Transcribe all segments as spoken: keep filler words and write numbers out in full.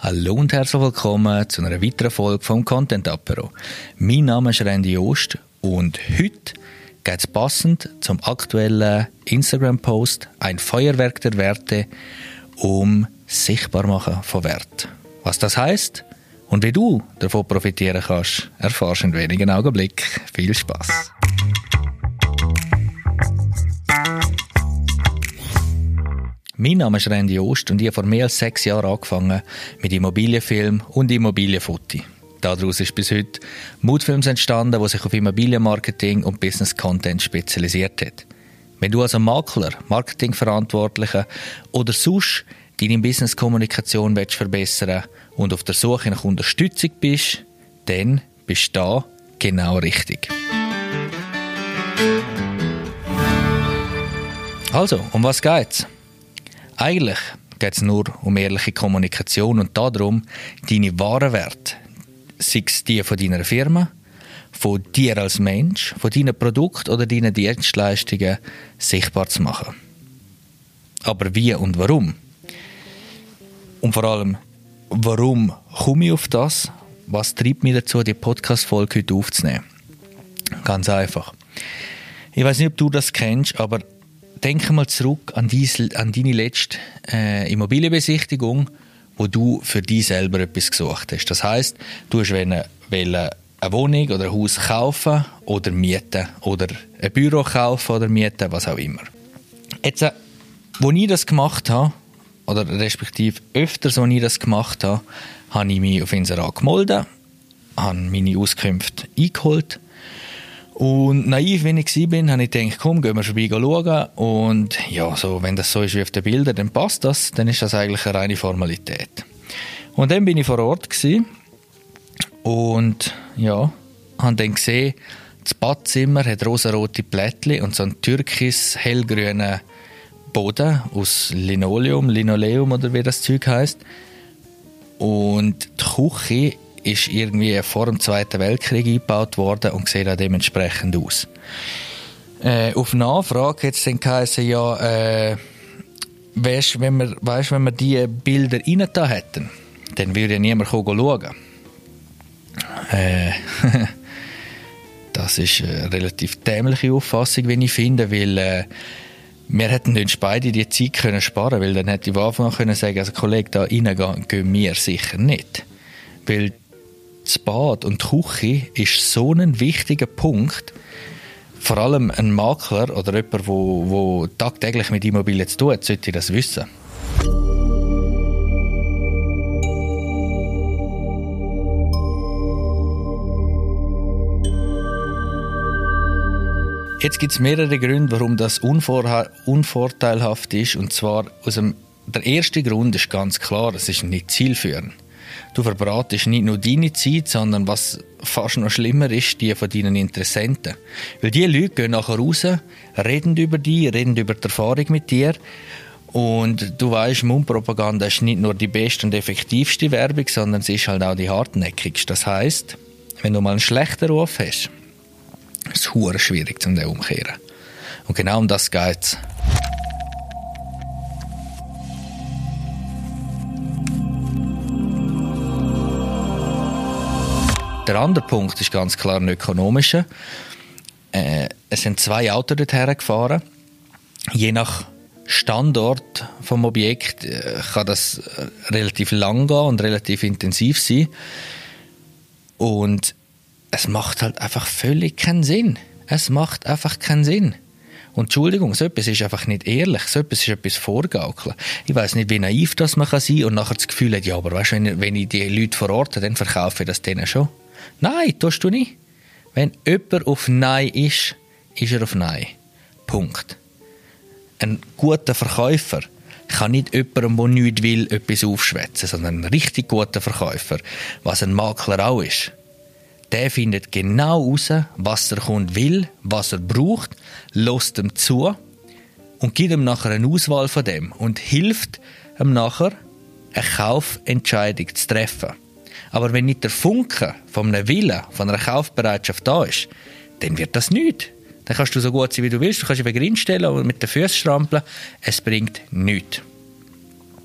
Hallo und herzlich willkommen zu einer weiteren Folge vom Content Apero. Mein Name ist Randy Joost und heute geht es passend zum aktuellen Instagram-Post «Ein Feuerwerk der Werte» um Sichtbarmachen von Wert. Was das heisst und wie du davon profitieren kannst, erfährst du in wenigen Augenblicken. Viel Spaß! Mein Name ist Randy Joost und ich habe vor mehr als sechs Jahren angefangen mit Immobilienfilm und Immobilienfoto. Daraus ist bis heute Moodfilms entstanden, die sich auf Immobilienmarketing und Business Content spezialisiert hat. Wenn du als Makler, Marketingverantwortlicher oder sonst deine Business-Kommunikation verbessern und auf der Suche nach Unterstützung bist, dann bist du da genau richtig. Also, um was geht's? Eigentlich geht es nur um ehrliche Kommunikation und darum, deine wahren Werte, sei es die von deiner Firma, von dir als Mensch, von deinen Produkten oder deinen Dienstleistungen sichtbar zu machen. Aber wie und warum? Und vor allem, warum komme ich auf das? Was treibt mich dazu, die Podcast-Folge heute aufzunehmen? Ganz einfach. Ich weiß nicht, ob du das kennst, aber denke mal zurück an, diese, an deine letzte äh, Immobilienbesichtigung, wo du für dich selber etwas gesucht hast. Das heisst, du hast eine, eine Wohnung oder ein Haus kaufen oder mieten oder ein Büro kaufen oder mieten, was auch immer. Jetzt, äh, als ich das gemacht habe, oder respektive öfters, als ich das gemacht habe, habe ich mich auf Inserat gemeldet, habe meine Auskünfte eingeholt. Und naiv, wenn ich war, habe ich gedacht, komm, gehen wir vorbei schauen. Und ja, so, wenn das so ist wie auf den Bildern, dann passt das. Dann ist das eigentlich eine reine Formalität. Und dann bin ich vor Ort gewesen. Und ja, habe dann gesehen, das Badzimmer hat rosarote Plättchen und so einen türkis hellgrünen Boden aus Linoleum, Linoleum oder wie das Zeug heisst. Und die Küche ist irgendwie vor dem Zweiten Weltkrieg eingebaut worden und sieht auch dementsprechend aus. Äh, auf Nachfrage hat es dann geheißen, ja, äh, weißt, wenn wir, weißt, wenn wir diese Bilder rein da hätten, dann würde ja niemand schauen. Äh, das ist eine relativ dämliche Auffassung, wie ich finde, weil äh, wir hätten uns beide die Zeit können sparen, weil dann hätte ich von Anfang an können sagen, also Kollege, da reingehen gehen wir sicher nicht. Weil das Bad und die Küche ist so ein wichtiger Punkt. Vor allem ein Makler oder jemand, der wo, wo tagtäglich mit Immobilien zu tun hat, sollte das wissen. Jetzt gibt es mehrere Gründe, warum das unvor- unvorteilhaft ist. Und zwar aus dem, der erste Grund ist ganz klar, es ist nicht zielführend. Du verbratest nicht nur deine Zeit, sondern was fast noch schlimmer ist, die von deinen Interessenten. Weil die Leute gehen nachher raus, reden über dich, reden über die Erfahrung mit dir. Und du weisst, Mundpropaganda ist nicht nur die beste und effektivste Werbung, sondern sie ist halt auch die hartnäckigste. Das heisst, wenn du mal einen schlechten Ruf hast, ist es verdammt schwierig, um den umzukehren. Und genau um das geht es. Der andere Punkt ist ganz klar ein ökonomischer. Äh, es sind zwei Autos dorthin gefahren. Je nach Standort vom Objekt äh, kann das relativ lang gehen und relativ intensiv sein. Und es macht halt einfach völlig keinen Sinn. Es macht einfach keinen Sinn. Und Entschuldigung, so etwas ist einfach nicht ehrlich. So etwas ist etwas vorgaukeln. Ich weiss nicht, wie naiv das man kann sein und nachher das Gefühl hat, ja, aber weißt, wenn, wenn ich die Leute vor Ort habe, dann verkaufe ich das denen schon. Nein, tust du nicht. Wenn jemand auf Nein ist, ist er auf Nein. Punkt. Ein guter Verkäufer kann nicht jemandem, der nichts will, etwas aufschwätzen, sondern ein richtig guter Verkäufer, was ein Makler auch ist. Der findet genau heraus, was der Kunde will, was er braucht, lässt ihm zu und gibt ihm nachher eine Auswahl von dem und hilft ihm nachher, eine Kaufentscheidung zu treffen. Aber wenn nicht der Funke von einem Willen, von einer Kaufbereitschaft da ist, dann wird das nichts. Dann kannst du so gut sein, wie du willst. Du kannst dich wieder hinstellen und mit den Füßen strampeln. Es bringt nichts.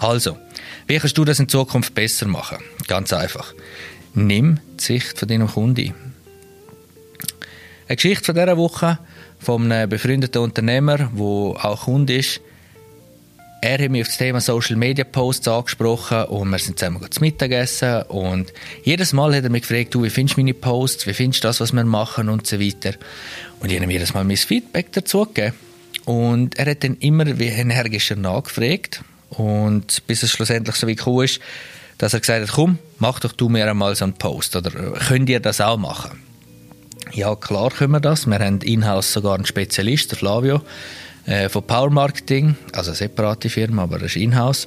Also, wie kannst du das in Zukunft besser machen? Ganz einfach. Nimm die Sicht von deinem Kunden. Eine Geschichte von dieser Woche von einem befreundeten Unternehmer, der auch Kunde ist. Er hat mich auf das Thema Social Media Posts angesprochen und wir sind zusammen zu Mittagessen und jedes Mal hat er mich gefragt, du, wie findest du meine Posts, wie findest du das, was wir machen und so weiter. Und ich habe mir jedes Mal mein Feedback dazu gegeben. Und er hat dann immer wie energischer nachgefragt und bis es schlussendlich so weit gekommen ist, dass er gesagt hat, komm, mach doch du mir einmal so einen Post oder könnt ihr das auch machen? Ja, klar können wir das. Wir haben in-house sogar einen Spezialist, der Flavio, äh, von Power Marketing, also eine separate Firma, aber das ist in-house,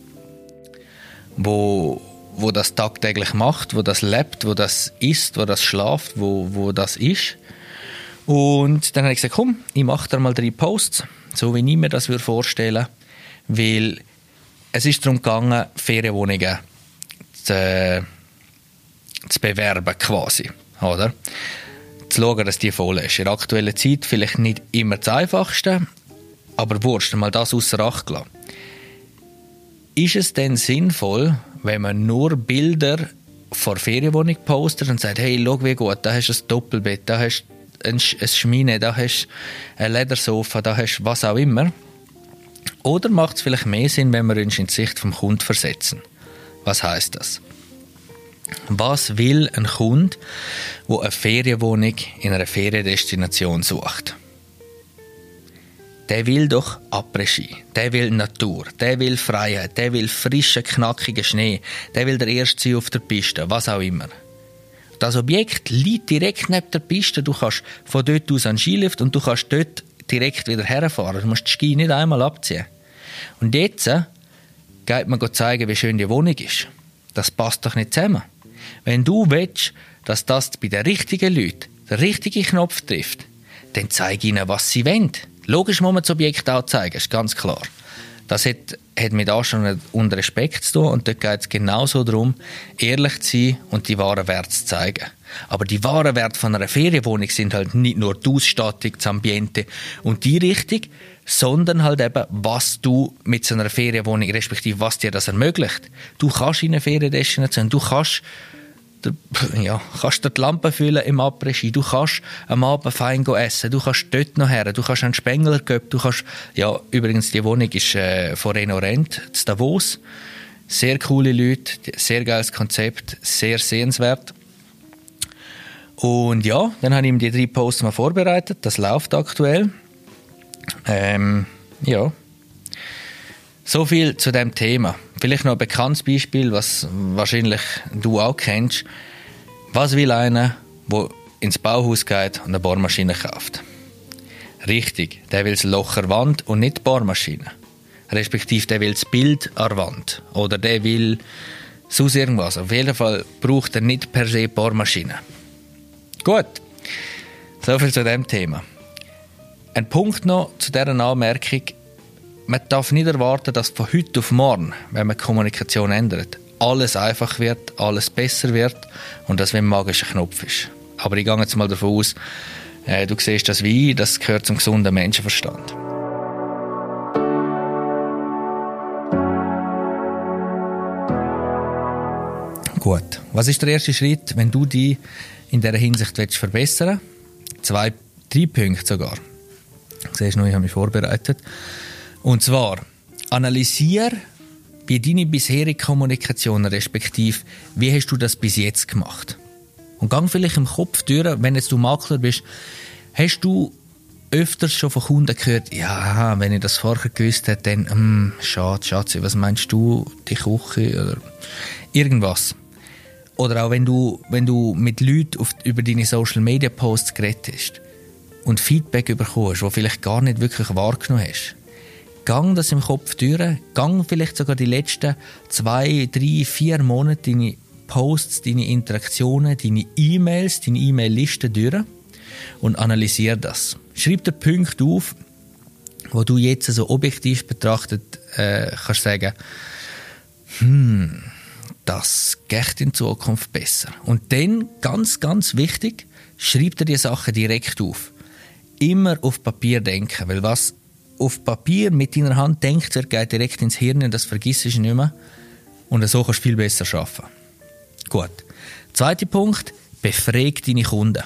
wo, wo das tagtäglich macht, wo das lebt, wo das isst, wo das schlaft, wo, wo das ist. Und dann habe ich gesagt, komm, ich mache da mal drei Posts, so wie ich mir das vorstellen würde, weil es ist darum gegangen, Ferienwohnungen zu, zu bewerben quasi, oder? Zu schauen, dass die voll ist. In der aktuellen Zeit vielleicht nicht immer das Einfachste, aber wurscht, mal das ausser Acht gelassen. Ist es denn sinnvoll, wenn man nur Bilder vor Ferienwohnung postet und sagt, hey, schau wie gut, da hast du ein Doppelbett, da hast du ein, ein Schmine, da hast du ein Ledersofa, da hast du was auch immer? Oder macht es vielleicht mehr Sinn, wenn wir uns in die Sicht vom Kunden versetzen? Was heisst das? Was will ein Kunde, der eine Ferienwohnung in einer Feriendestination sucht? Der will doch Après-Ski, der will Natur, der will Freiheit, der will frischen, knackigen Schnee, der will der Erste sein auf der Piste, was auch immer. Das Objekt liegt direkt neben der Piste, du kannst von dort aus an den Skilift und du kannst dort direkt wieder herfahren. Du musst die Ski nicht einmal abziehen. Und jetzt äh, geht man zeigen, wie schön die Wohnung ist. Das passt doch nicht zusammen. Wenn du willst, dass das bei den richtigen Leuten den richtigen Knopf trifft, dann zeig ihnen, was sie wollen. Logisch muss man das Objekt auch zeigen, ist ganz klar. Das hat, hat mit Anstand und Respekt zu tun und dort geht es genauso darum, ehrlich zu sein und die wahren Werte zu zeigen. Aber die wahren Werte von einer Ferienwohnung sind halt nicht nur die Ausstattung, das Ambiente und die Richtung, sondern halt eben, was du mit so einer Ferienwohnung, respektive was dir das ermöglicht. Du kannst in eine Feriendestination, du kannst ja, kannst dort die Lampen füllen im Après-Ski, du kannst am Abend fein essen, du kannst dort noch her, du kannst einen Spengler geben, du kannst, ja, übrigens, die Wohnung ist äh, von Renorent, in Davos, sehr coole Leute, sehr geiles Konzept, sehr sehenswert. Und ja, dann habe ich ihm die drei Posts mal vorbereitet, das läuft aktuell. Ähm, ja. So viel zu dem Thema. Vielleicht noch ein bekanntes Beispiel, was wahrscheinlich du auch kennst. Was will einer, der ins Bauhaus geht und eine Bohrmaschine kauft? Richtig, der will das Loch an der Wand und nicht die Bohrmaschine. Respektive der will das Bild an der Wand. Oder der will sonst irgendwas. Auf jeden Fall braucht er nicht per se Bohrmaschine. Gut, so viel zu dem Thema. Ein Punkt noch zu dieser Anmerkung. Man darf nicht erwarten, dass von heute auf morgen, wenn man die Kommunikation ändert, alles einfach wird, alles besser wird und das wie ein magischer Knopf ist. Aber ich gehe jetzt mal davon aus, äh, du siehst das wie, das gehört zum gesunden Menschenverstand. Gut, was ist der erste Schritt, wenn du dich in dieser Hinsicht willst verbessern willst? Zwei, drei Punkte sogar. Du siehst noch, ich habe mich vorbereitet. Und zwar, analysier, wie deine bisherige Kommunikation, respektive, wie hast du das bis jetzt gemacht? Und gang vielleicht im Kopf durch, wenn jetzt du Makler bist, hast du öfters schon von Kunden gehört, ja, wenn ich das vorher gewusst hätte, dann, hm, schade, Schatzi, was meinst du, die Küche oder irgendwas? Oder auch wenn du, wenn du mit Leuten auf, über deine Social Media Posts geredet hast und Feedback bekommst, das vielleicht gar nicht wirklich wahrgenommen hast. Gang das im Kopf durch, gang vielleicht sogar die letzten zwei, drei, vier Monate deine Posts, deine Interaktionen, deine E-Mails, deine E-Mail-Liste durch und analysier das. Schreib dir Punkte auf, wo du jetzt so objektiv betrachtet äh, kannst sagen, hm, das geht in Zukunft besser. Und dann, ganz, ganz wichtig, schreib dir die Sachen direkt auf. Immer auf Papier denken, weil was auf Papier mit deiner Hand denkst, er geht direkt ins Hirn und das vergisst du nicht mehr. Und so kannst du viel besser arbeiten. Gut. Zweiter Punkt, befrag deine Kunden.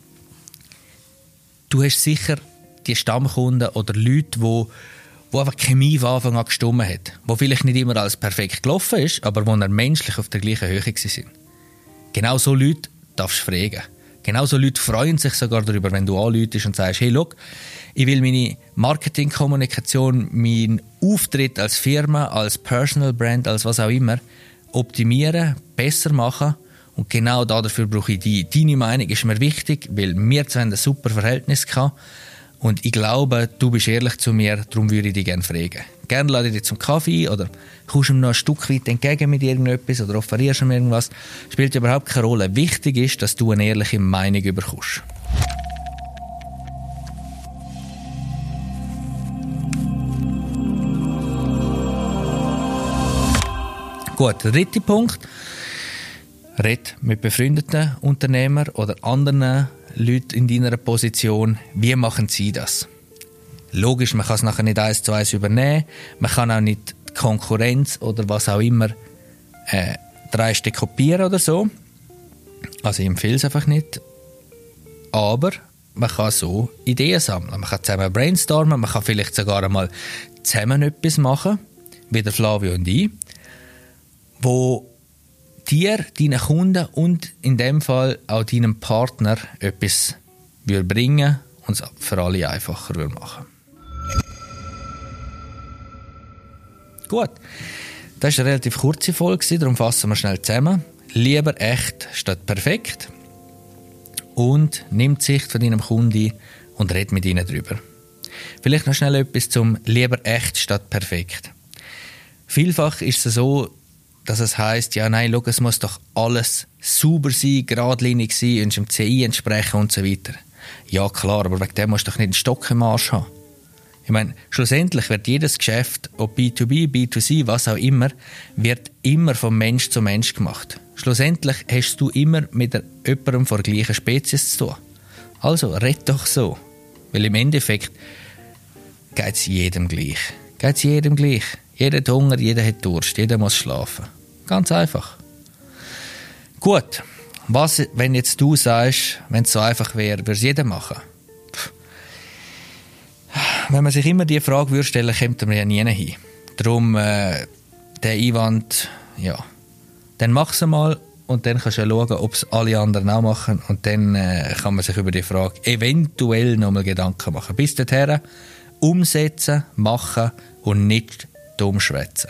Du hast sicher die Stammkunden oder Leute, die wo einfach die Chemie von Anfang an gestimmt hat. Wo vielleicht nicht immer alles perfekt gelaufen ist, aber wo er menschlich auf der gleichen Höhe waren. Genau so Leute darfst du fragen. Genau so Leute freuen sich sogar darüber, wenn du anläutest und sagst, hey, schau, ich will meine Marketingkommunikation, meinen Auftritt als Firma, als Personal Brand, als was auch immer, optimieren, besser machen. Und genau dafür brauche ich die. Deine Meinung ist mir wichtig, weil wir zwei haben ein super Verhältnis gehabt. Und ich glaube, du bist ehrlich zu mir, darum würde ich dich gerne fragen. Gerne lade ich dich zum Kaffee oder kommst du mir noch ein Stück weit entgegen mit irgendetwas oder offerierst du mir irgendwas. Spielt überhaupt keine Rolle. Wichtig ist, dass du eine ehrliche Meinung bekommst. Gut, der dritte Punkt. Red mit befreundeten Unternehmern oder anderen Leuten in deiner Position. Wie machen sie das? Logisch, man kann es nachher nicht eins zu eins übernehmen. Man kann auch nicht die Konkurrenz oder was auch immer äh, dreiste kopieren oder so. Also ich empfehle es einfach nicht. Aber man kann so Ideen sammeln. Man kann zusammen brainstormen, man kann vielleicht sogar einmal zusammen etwas machen, wie der Flavio und ich, wo dir, deinen Kunden und in dem Fall auch deinem Partner etwas würde bringen und es für alle einfacher würde machen. Gut, das war eine relativ kurze Folge, darum fassen wir schnell zusammen. Lieber echt statt perfekt und nimm die Sicht von deinem Kunden und red mit ihnen darüber. Vielleicht noch schnell etwas zum lieber echt statt perfekt. Vielfach ist es so, dass es heisst, ja nein, schau, es muss doch alles sauber sein, geradlinig sein und dem C I entsprechen und so weiter. Ja klar, aber wegen dem musst du doch nicht einen Stock im Arsch haben. Ich meine, schlussendlich wird jedes Geschäft, ob B zwei B, B zwei C, was auch immer, wird immer von Mensch zu Mensch gemacht. Schlussendlich hast du immer mit jemandem von der gleichen Spezies zu tun. Also, red doch so. Weil im Endeffekt geht es jedem gleich. Geht es jedem gleich. Jeder hat Hunger, jeder hat Durst, jeder muss schlafen. Ganz einfach. Gut, was, wenn jetzt du sagst, wenn es so einfach wäre, würde es jeder machen? Pff. Wenn man sich immer die Frage würde stellen, kommt man ja nie hin. Darum, äh, der Einwand, ja, dann mach es mal und dann kannst du ja schauen, ob es alle anderen auch machen und dann äh, kann man sich über die Frage eventuell nochmal Gedanken machen. Bis dahin umsetzen, machen und nicht dumm schwätzen.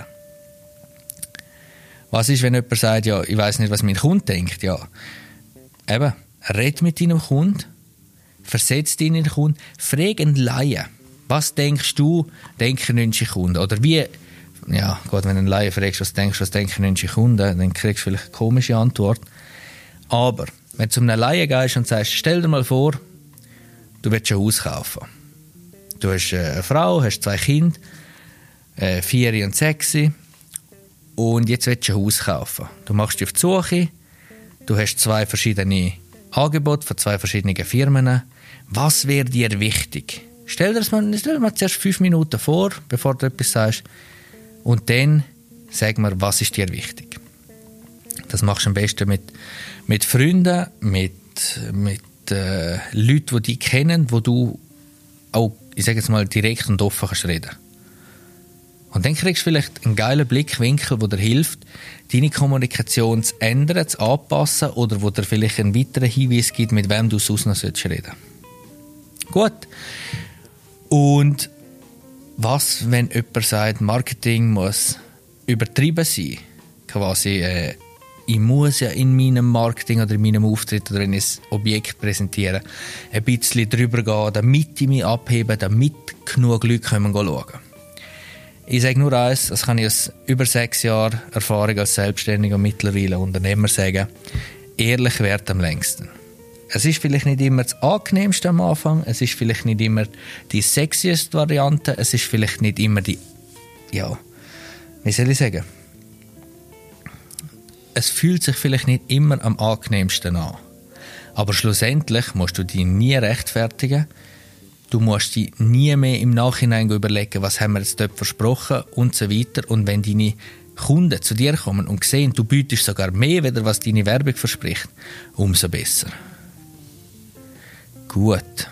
Was ist, wenn jemand sagt, ja, ich weiss nicht, was mein Kunde denkt? Ja, eben, red mit deinem Kunden, versetz dich in den Kunden, frag einen Laien. Was denkst du, denken unsere Kunden? Oder wie, ja, gut, wenn du einen Laien fragst, was denkst du, was denken unsere Kunden, dann kriegst du vielleicht eine komische Antwort. Aber, wenn du zu einem Laien gehst und sagst, stell dir mal vor, du willst ein Haus kaufen. Du hast eine Frau, hast zwei Kinder, äh, vier und sechs, und jetzt willst du ein Haus kaufen. Du machst dich auf die Suche, du hast zwei verschiedene Angebote von zwei verschiedenen Firmen. Was wäre dir wichtig? Stell dir das mal, stell dir mal zuerst fünf Minuten vor, bevor du etwas sagst, und dann sag mir, was ist dir wichtig. Das machst du am besten mit, mit Freunden, mit, mit äh, Leuten, die dich kennen, wo du auch, ich sage jetzt mal, direkt und offen kannst reden. Und dann kriegst du vielleicht einen geilen Blickwinkel, der dir hilft, deine Kommunikation zu ändern, zu anpassen oder wo dir vielleicht einen weiteren Hinweis gibt, mit wem du sonst noch reden solltest. Gut. Und was, wenn jemand sagt, Marketing muss übertrieben sein? Quasi, äh, ich muss ja in meinem Marketing oder in meinem Auftritt oder wenn ich ein Objekt präsentiere, ein bisschen drüber gehen, damit ich mich abhebe, damit genug Leute schauen können. Ich sage nur eins, das kann ich aus über sechs Jahren Erfahrung als Selbstständiger und mittlerweile Unternehmer sagen, ehrlich währt am längsten. Es ist vielleicht nicht immer das angenehmste am Anfang, es ist vielleicht nicht immer die sexieste Variante, es ist vielleicht nicht immer die, ja, wie soll ich sagen, es fühlt sich vielleicht nicht immer am angenehmsten an. Aber schlussendlich musst du dich nie rechtfertigen, Du musst dir nie mehr im Nachhinein überlegen, was haben wir jetzt dort versprochen und so weiter. Und wenn deine Kunden zu dir kommen und sehen, du bietest sogar mehr, weder was deine Werbung verspricht, umso besser. Gut.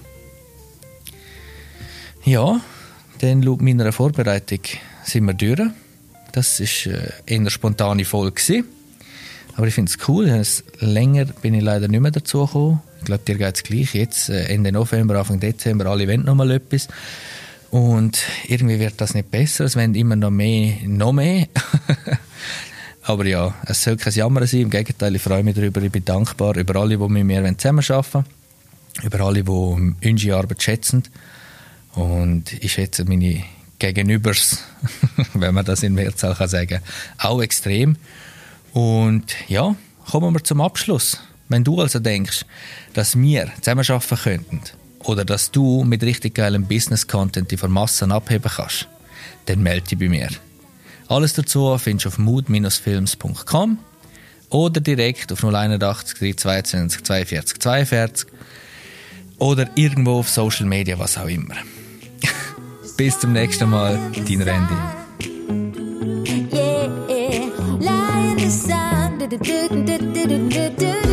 Ja, dann laut meiner Vorbereitung sind wir durch. Das war eine eher spontane Folge. Aber ich finde es cool. Länger bin ich leider nicht mehr dazu gekommen. Ich glaube, dir geht es gleich. Jetzt, Ende November, Anfang Dezember, alle wollen noch mal etwas. Und irgendwie wird das nicht besser. Es wollen immer noch mehr, noch mehr. Aber ja, es soll kein Jammern sein. Im Gegenteil, ich freue mich darüber. Ich bin dankbar über alle, die mit mir zusammenarbeiten wollen. Über alle, die unsere Arbeit schätzen. Und ich schätze meine Gegenübers, wenn man das in Mehrzahl kann sagen, auch extrem. Und ja, kommen wir zum Abschluss. Wenn du also denkst, dass wir zusammenarbeiten könnten oder dass du mit richtig geilem Business-Content die von Massen abheben kannst, dann melde dich bei mir. Alles dazu findest du auf mood Bindestrich films Punkt com oder direkt auf null einundachtzig dreihundertzweiundzwanzig zweiundvierzig zweiundvierzig oder irgendwo auf Social Media, was auch immer. Bis zum nächsten Mal, dein Randy. Yeah, lie in the sun.